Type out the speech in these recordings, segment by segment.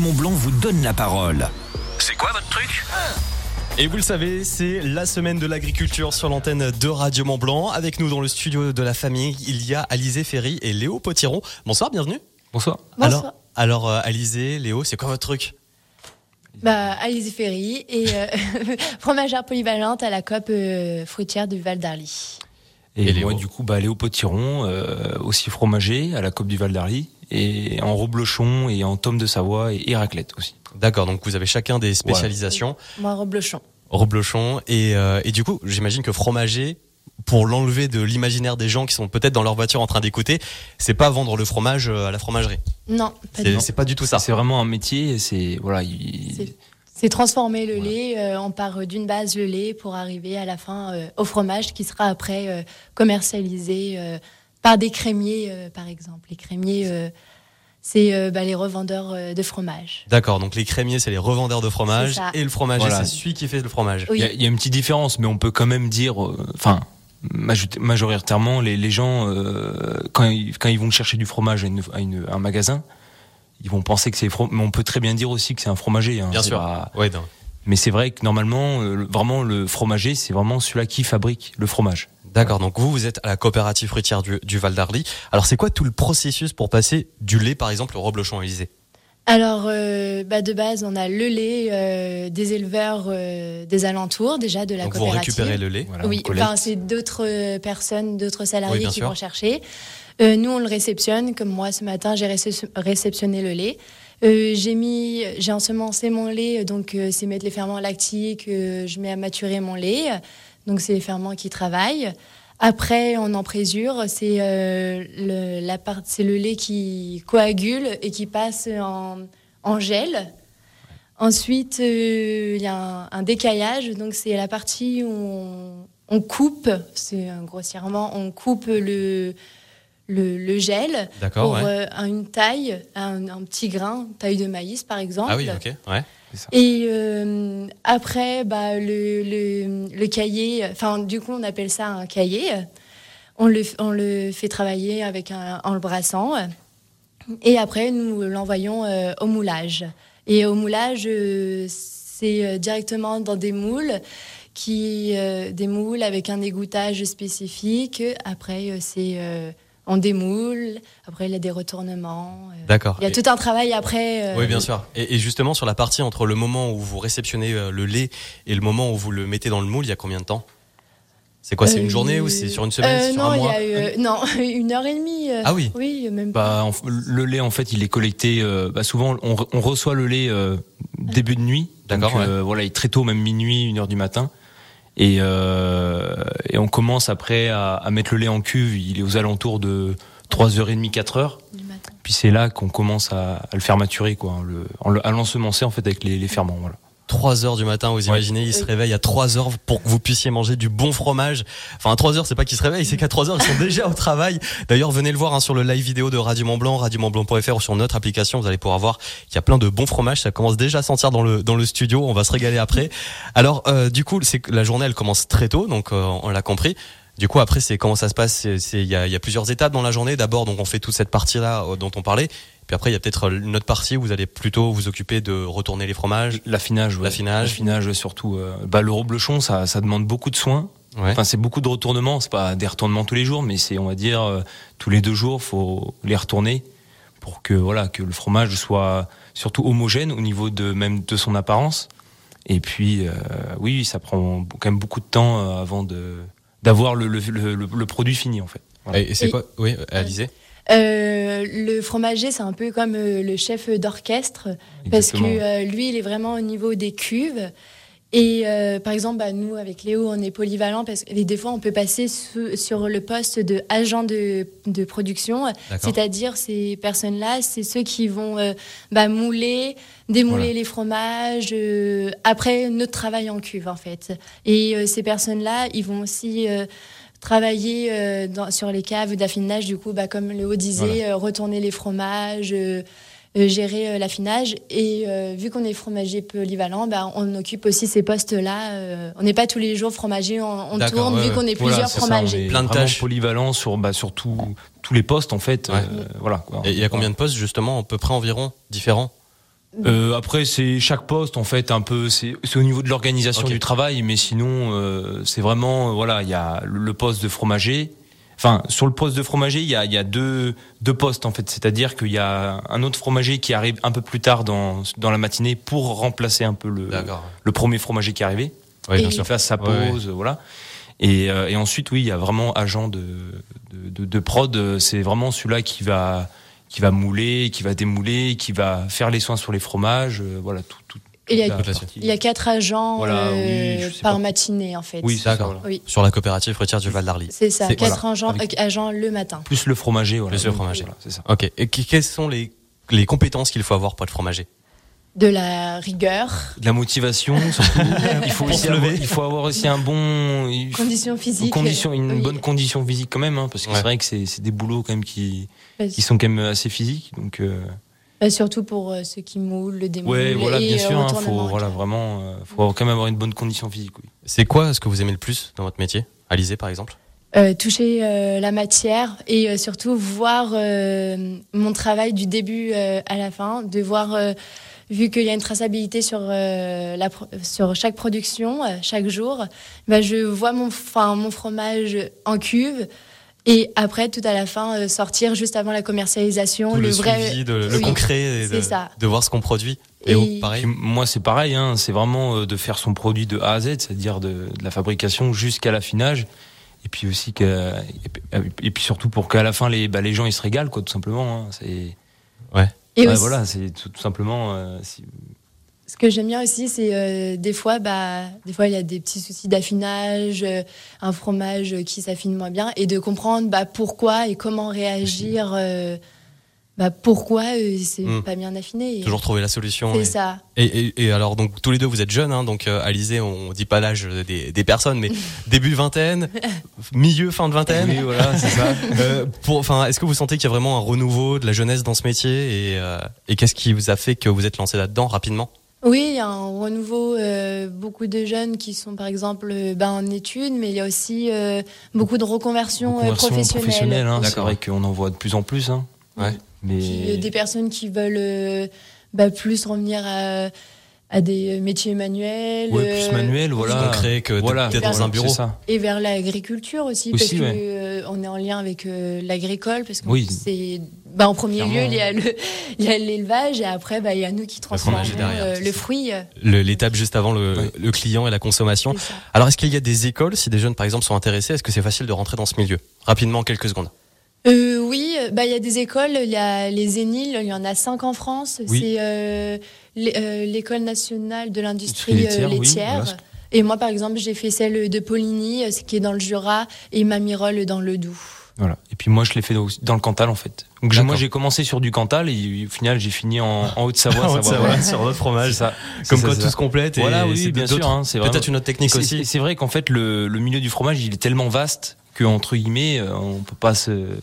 Mont-Blanc vous donne la parole. C'est quoi votre truc ? Et vous le savez, c'est la semaine de l'agriculture sur l'antenne de Radio Mont-Blanc. Avec nous dans le studio de la famille, il y a Alizé Ferry et Léo Potiron. Bonsoir, bienvenue. Bonsoir. Alors Alizé, Léo, c'est quoi votre truc ? Alizé Ferry et fromagère polyvalente à la COP fruitière du Val d'Arly. Et moi, du coup, Léo Potiron, aussi fromager à la COP du Val d'Arly, et en reblochon et en tome de Savoie et raclette aussi. D'accord, donc vous avez chacun des spécialisations. Moi, reblochon. Reblochon, et du coup, j'imagine que fromager, pour l'enlever de l'imaginaire des gens qui sont peut-être dans leur voiture en train d'écouter, c'est pas vendre le fromage à la fromagerie. Non, pas du tout. C'est pas du tout ça. C'est vraiment un métier, C'est transformer le lait, on part d'une base le lait pour arriver à la fin au fromage qui sera après commercialisé par des crémiers par exemple. Les crémiers, c'est les revendeurs de fromage. D'accord, donc les crémiers c'est les revendeurs de fromage et le fromager c'est celui qui fait le fromage. Oui. Il y a une petite différence, mais on peut quand même dire, majoritairement les gens quand ils vont chercher du fromage à un magasin, ils vont penser que c'est mais on peut très bien dire aussi que c'est un fromager. Bien sûr. Mais c'est vrai que normalement, vraiment le fromager, c'est vraiment celui-là qui fabrique le fromage. D'accord, donc vous êtes à la coopérative fruitière du Val d'Arly. Alors c'est quoi tout le processus pour passer du lait par exemple au reblochon, Alizé ? Alors de base on a le lait des éleveurs des alentours déjà de la donc coopérative. Vous récupérez le lait. Voilà, oui, c'est d'autres personnes, d'autres salariés qui sûr. vont chercher. Nous on le réceptionne, comme moi ce matin j'ai réceptionné le lait. J'ai ensemencé mon lait, donc c'est mettre les ferments lactiques, je mets à maturer mon lait, donc c'est les ferments qui travaillent. Après on en présure, c'est le lait qui coagule et qui passe en gel. Ensuite il y a un décaillage, donc c'est la partie où on coupe, c'est grossièrement on coupe le gel. D'accord, pour une taille, un petit grain, taille de maïs par exemple. Ah oui, ok, ouais. C'est ça. Et après, le cahier, du coup on appelle ça un cahier. On le fait travailler en le brassant. Et après nous l'envoyons au moulage. Et au moulage, c'est directement dans des moules. Des moules avec un égouttage spécifique. Après, on démoule. Après, il y a des retournements. D'accord. Il y a tout un travail après. Oui, bien sûr. Et justement, sur la partie entre le moment où vous réceptionnez le lait et le moment où vous le mettez dans le moule, il y a combien de temps ? C'est quoi ? C'est une journée ou c'est sur une semaine, sur un mois ? Non, 1h30. Ah oui. Oui, même pas. Le lait, en fait, il est collecté. Souvent, on reçoit le lait début de nuit. D'accord. Donc, il est très tôt, même minuit, 1h du matin. Et on commence après à mettre le lait en cuve. Il est aux alentours de 3h30, 4h. Du matin. Puis c'est là qu'on commence à le faire maturer, quoi, à l'ensemencer en fait avec les ferments. Voilà. 3h du matin, vous imaginez, il se réveille à 3h pour que vous puissiez manger du bon fromage. Enfin, à 3h, c'est pas qu'ils se réveillent, c'est qu'à 3h, ils sont déjà au travail. D'ailleurs, venez le voir sur le live vidéo de Radio Mont-Blanc, radiomontblanc.fr ou sur notre application, vous allez pouvoir voir qu'il y a plein de bons fromages. Ça commence déjà à sentir dans le studio, on va se régaler après. Alors, du coup, c'est que la journée, elle commence très tôt, donc on l'a compris. Du coup, après, comment ça se passe ? Il y a plusieurs étapes dans la journée. D'abord, donc on fait toute cette partie-là dont on parlait. Puis après, il y a peut-être une autre partie où vous allez plutôt vous occuper de retourner les fromages. L'affinage, ouais. L'affinage le reblochon, ça demande beaucoup de soins. Ouais. Enfin, c'est beaucoup de retournements. C'est pas des retournements tous les jours, mais c'est, on va dire, tous les 2 jours, faut les retourner pour que le fromage soit surtout homogène au niveau de son apparence. Et puis, ça prend quand même beaucoup de temps avant d'avoir le produit fini, en fait. Voilà. Et c'est quoi ? Oui, Alizé ? Le fromager, c'est un peu comme le chef d'orchestre. Exactement. Parce que lui, il est vraiment au niveau des cuves. Et par exemple, nous, avec Léo, on est polyvalent parce que des fois, on peut passer sur le poste de agent de production. D'accord. C'est-à-dire, ces personnes-là, c'est ceux qui vont démouler les fromages. Après, notre travail en cuve, en fait. Et ces personnes-là, ils vont aussi travailler sur les caves d'affinage, du coup, comme Léo disait, retourner les fromages, gérer l'affinage. Et vu qu'on est fromager polyvalent, on occupe aussi ces postes-là. On n'est pas tous les jours fromager, on tourne, vu qu'on est plusieurs fromagers. Plein de tâches polyvalents sur tous les postes, en fait. Ouais. Voilà. Et il y a combien de postes, justement, à peu près environ, différents ? Après, c'est chaque poste en fait un peu, c'est au niveau de l'organisation du travail, mais sinon c'est vraiment voilà, il y a le poste de fromager. Enfin, sur le poste de fromager, il y a deux postes en fait, c'est-à-dire qu'il y a un autre fromager qui arrive un peu plus tard dans la matinée pour remplacer un peu le premier fromager qui est arrivé, qui fasse sa pause, voilà. Et ensuite, oui, il y a vraiment agent de prod, c'est vraiment celui-là qui va mouler, qui va démouler, qui va faire les soins sur les fromages, voilà, tout. Il y a 4 agents par matinée, en fait. Oui, d'accord. Voilà. Oui. Sur la coopérative fruitière du Val d'Arly. C'est ça, 4 agents le matin. Plus le fromager, voilà. Plus le fromager. Voilà, c'est ça. Ok. Et quelles sont les compétences qu'il faut avoir pour être fromager? De la rigueur. De la motivation, surtout. Il faut avoir aussi un bon... Conditions physiques. Une bonne condition physique quand même, hein, parce que c'est vrai que c'est des boulots quand même qui sont quand même assez physiques, donc... surtout pour ceux qui moulent, le démoulent. Ouais, voilà, bien sûr, faut faut quand même avoir une bonne condition physique, oui. C'est quoi ce que vous aimez le plus dans votre métier? Alizé, par exemple? Toucher la matière et surtout voir mon travail du début à la fin, de voir... vu qu'il y a une traçabilité sur chaque production, chaque jour, je vois mon fromage en cuve et après, tout à la fin, sortir juste avant la commercialisation. Tout le suivi, le concret, de voir ce qu'on produit. Et pareil. Moi, c'est pareil, hein, c'est vraiment de faire son produit de A à Z, c'est-à-dire de la fabrication jusqu'à l'affinage. Et puis aussi et puis surtout pour qu'à la fin les gens ils se régalent, quoi, tout simplement. Hein, c'est... Ouais. Et aussi, voilà, c'est tout simplement. Ce que j'aime bien aussi, c'est des fois il y a des petits soucis d'affinage, un fromage qui s'affine moins bien, et de comprendre pourquoi et comment réagir. Pourquoi c'est pas bien affiné. Toujours trouver la solution. C'est ça. Et alors, donc, tous les deux, vous êtes jeunes, hein, donc, Alizé, on dit pas l'âge des personnes, mais début vingtaine, milieu, fin de vingtaine. Oui, voilà, c'est ça. Est-ce que vous sentez qu'il y a vraiment un renouveau de la jeunesse dans ce métier et qu'est-ce qui vous a fait que vous êtes lancé là-dedans rapidement? Oui, il y a un renouveau, beaucoup de jeunes qui sont par exemple en études, mais il y a aussi beaucoup de reconversions professionnelles. Hein, c'est vrai qu'on en voit de plus en plus. Hein. Ouais. Mais... des personnes qui veulent plus revenir à des métiers manuels. Plus manuels, voilà. Concret que d'être dans un bureau. Ça. Et vers l'agriculture aussi parce que on est en lien avec l'agricole, parce que c'est... en premier lieu, il y a l'élevage, et après, il y a nous qui transformons le fruit. L'étape juste avant le client et la consommation. Alors, est-ce qu'il y a des écoles, si des jeunes, par exemple, sont intéressés, est-ce que c'est facile de rentrer dans ce milieu? Rapidement, en quelques secondes. Oui, il y a des écoles, il y a les ENIL, il y en a 5 en France. Oui. C'est l'école nationale de l'industrie laitière. Voilà. Et moi, par exemple, j'ai fait celle de Poligny, qui est dans le Jura, et Mamirol dans le Doubs. Voilà. Et puis moi, je l'ai fait dans le Cantal, en fait. Donc moi, j'ai commencé sur du Cantal et au final, j'ai fini en Haute-Savoie. Sur notre fromage. Comme quoi, tout se complète. Voilà, oui, bien sûr. Hein, c'est peut-être une autre technique aussi. C'est vrai qu'en fait, le milieu du fromage, il est tellement vaste que, entre guillemets, on peut pas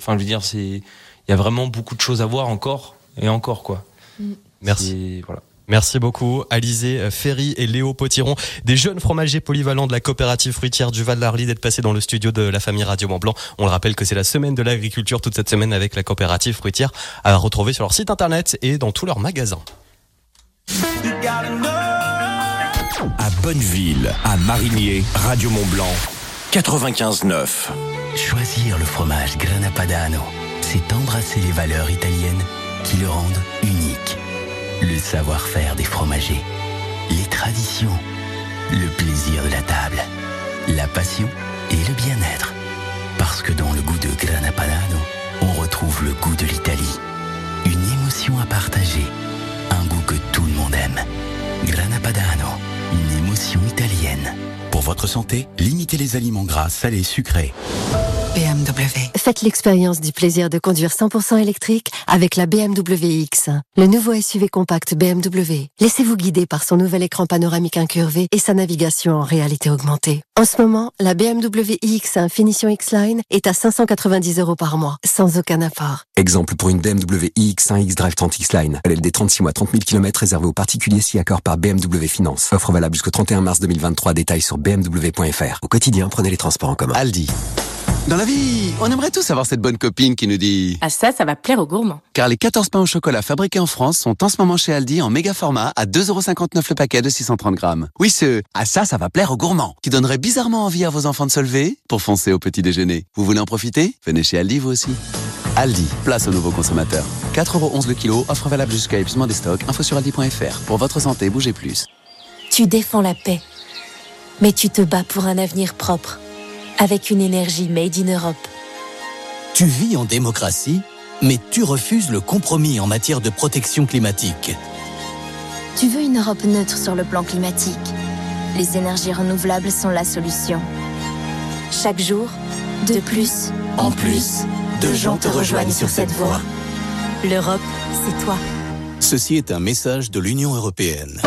il y a vraiment beaucoup de choses à voir encore et encore, quoi. Merci. Voilà. Merci beaucoup, Alizé Ferry et Léo Potiron, des jeunes fromagers polyvalents de la coopérative fruitière du Val d'Arly, d'être passés dans le studio de la famille Radio Mont-Blanc. On le rappelle que c'est la semaine de l'agriculture toute cette semaine avec la coopérative fruitière, à retrouver sur leur site internet et dans tous leurs magasins. À Bonneville, à Marigné, Radio Mont-Blanc, 95.9. Choisir le fromage Grana Padano, c'est embrasser les valeurs italiennes qui le rendent unique. Le savoir-faire des fromagers, les traditions, le plaisir de la table, la passion et le bien-être. Parce que dans le goût de Grana Padano, on retrouve le goût de l'Italie. Une émotion à partager, un goût que tout le monde aime. Grana Padano, une émotion italienne. Pour votre santé, limitez les aliments gras, salés, sucrés. BMW. Faites l'expérience du plaisir de conduire 100% électrique avec la BMW X. Le nouveau SUV compact BMW. Laissez-vous guider par son nouvel écran panoramique incurvé et sa navigation en réalité augmentée. En ce moment, la BMW iX1 Finition X-Line est à 590 € par mois, sans aucun apport. Exemple pour une BMW iX1 X-Drive 30 X-Line. LLD 36 mois, 30 000 km réservé aux particuliers si accord par BMW Finance. Offre valable jusqu'au 31 mars 2023. Détails sur bmw.fr. Au quotidien, prenez les transports en commun. Aldi. Dans la vie, on aimerait tous avoir cette bonne copine qui nous dit Ah ça va plaire aux gourmands. Car les 14 pains au chocolat fabriqués en France sont en ce moment chez Aldi en méga format à 2,59€ le paquet de 630 grammes. Oui, ça va plaire aux gourmands, qui donnerait bizarrement envie à vos enfants de se lever pour foncer au petit déjeuner. Vous voulez en profiter? Venez chez Aldi vous aussi. Aldi, place aux nouveaux consommateurs. 4,11€ le kilo, offre valable jusqu'à épuisement des stocks. Info sur aldi.fr. Pour votre santé, bougez plus. Tu défends la paix, mais tu te bats pour un avenir propre, avec une énergie made in Europe. Tu vis en démocratie, mais tu refuses le compromis en matière de protection climatique. Tu veux une Europe neutre sur le plan climatique. Les énergies renouvelables sont la solution. Chaque jour, de plus en plus, de gens te rejoignent sur cette voie. L'Europe, c'est toi. Ceci est un message de l'Union européenne.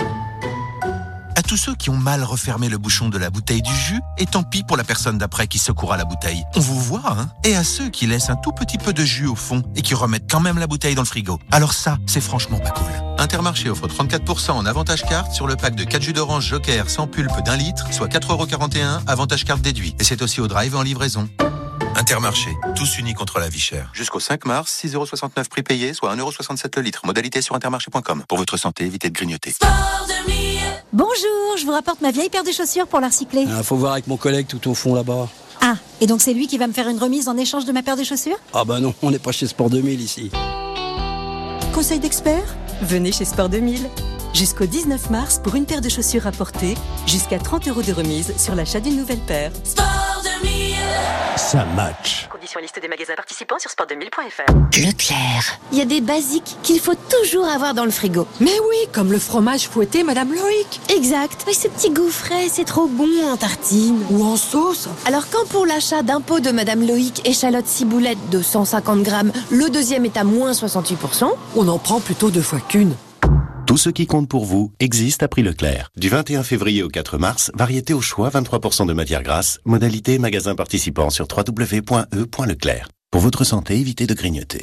À tous ceux qui ont mal refermé le bouchon de la bouteille du jus, et tant pis pour la personne d'après qui secoura la bouteille. On vous voit, hein? Et à ceux qui laissent un tout petit peu de jus au fond et qui remettent quand même la bouteille dans le frigo. Alors ça, c'est franchement pas cool. Intermarché offre 34% en avantage carte sur le pack de 4 jus d'orange Joker sans pulpe d'1 litre, soit 4,41€, avantage carte déduit. Et c'est aussi au drive et en livraison. Intermarché, tous unis contre la vie chère. Jusqu'au 5 mars, 6,69€ prix payé, soit 1,67€ le litre. Modalité sur intermarché.com. Pour votre santé, évitez de grignoter. Bonjour, je vous rapporte ma vieille paire de chaussures pour la recycler. Faut voir avec mon collègue tout au fond là-bas. Ah, et donc c'est lui qui va me faire une remise en échange de ma paire de chaussures? Ah bah non, on n'est pas chez Sport 2000 ici. Conseil d'expert? Venez chez Sport 2000. Jusqu'au 19 mars, pour une paire de chaussures rapportée, jusqu'à 30€ de remise sur l'achat d'une nouvelle paire. Sport 2000. Ça match. Conditions et liste des magasins participants sur sport2000.fr. Leclerc. Il y a des basiques qu'il faut toujours avoir dans le frigo. Mais oui, comme le fromage fouetté Madame Loïc. Exact. Oui, ce petit goût frais, c'est trop bon en tartine. Ou en sauce. Alors quand pour l'achat d'un pot de Madame Loïc échalote ciboulette de 150 grammes, le deuxième est à moins 68%, on en prend plutôt 2 fois qu'une. Tout ce qui compte pour vous existe à prix Leclerc. Du 21 février au 4 mars, variété au choix, 23% de matière grasse. Modalité magasin participant sur www.e.leclerc. Pour votre santé, évitez de grignoter.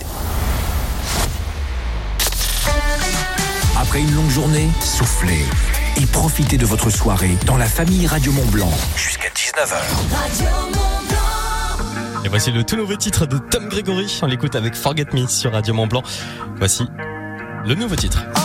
Après une longue journée, soufflez et profitez de votre soirée dans la famille Radio Mont-Blanc jusqu'à 19h. Et voici le tout nouveau titre de Tom Gregory. On l'écoute avec Forget Me sur Radio Mont-Blanc. Voici le nouveau titre.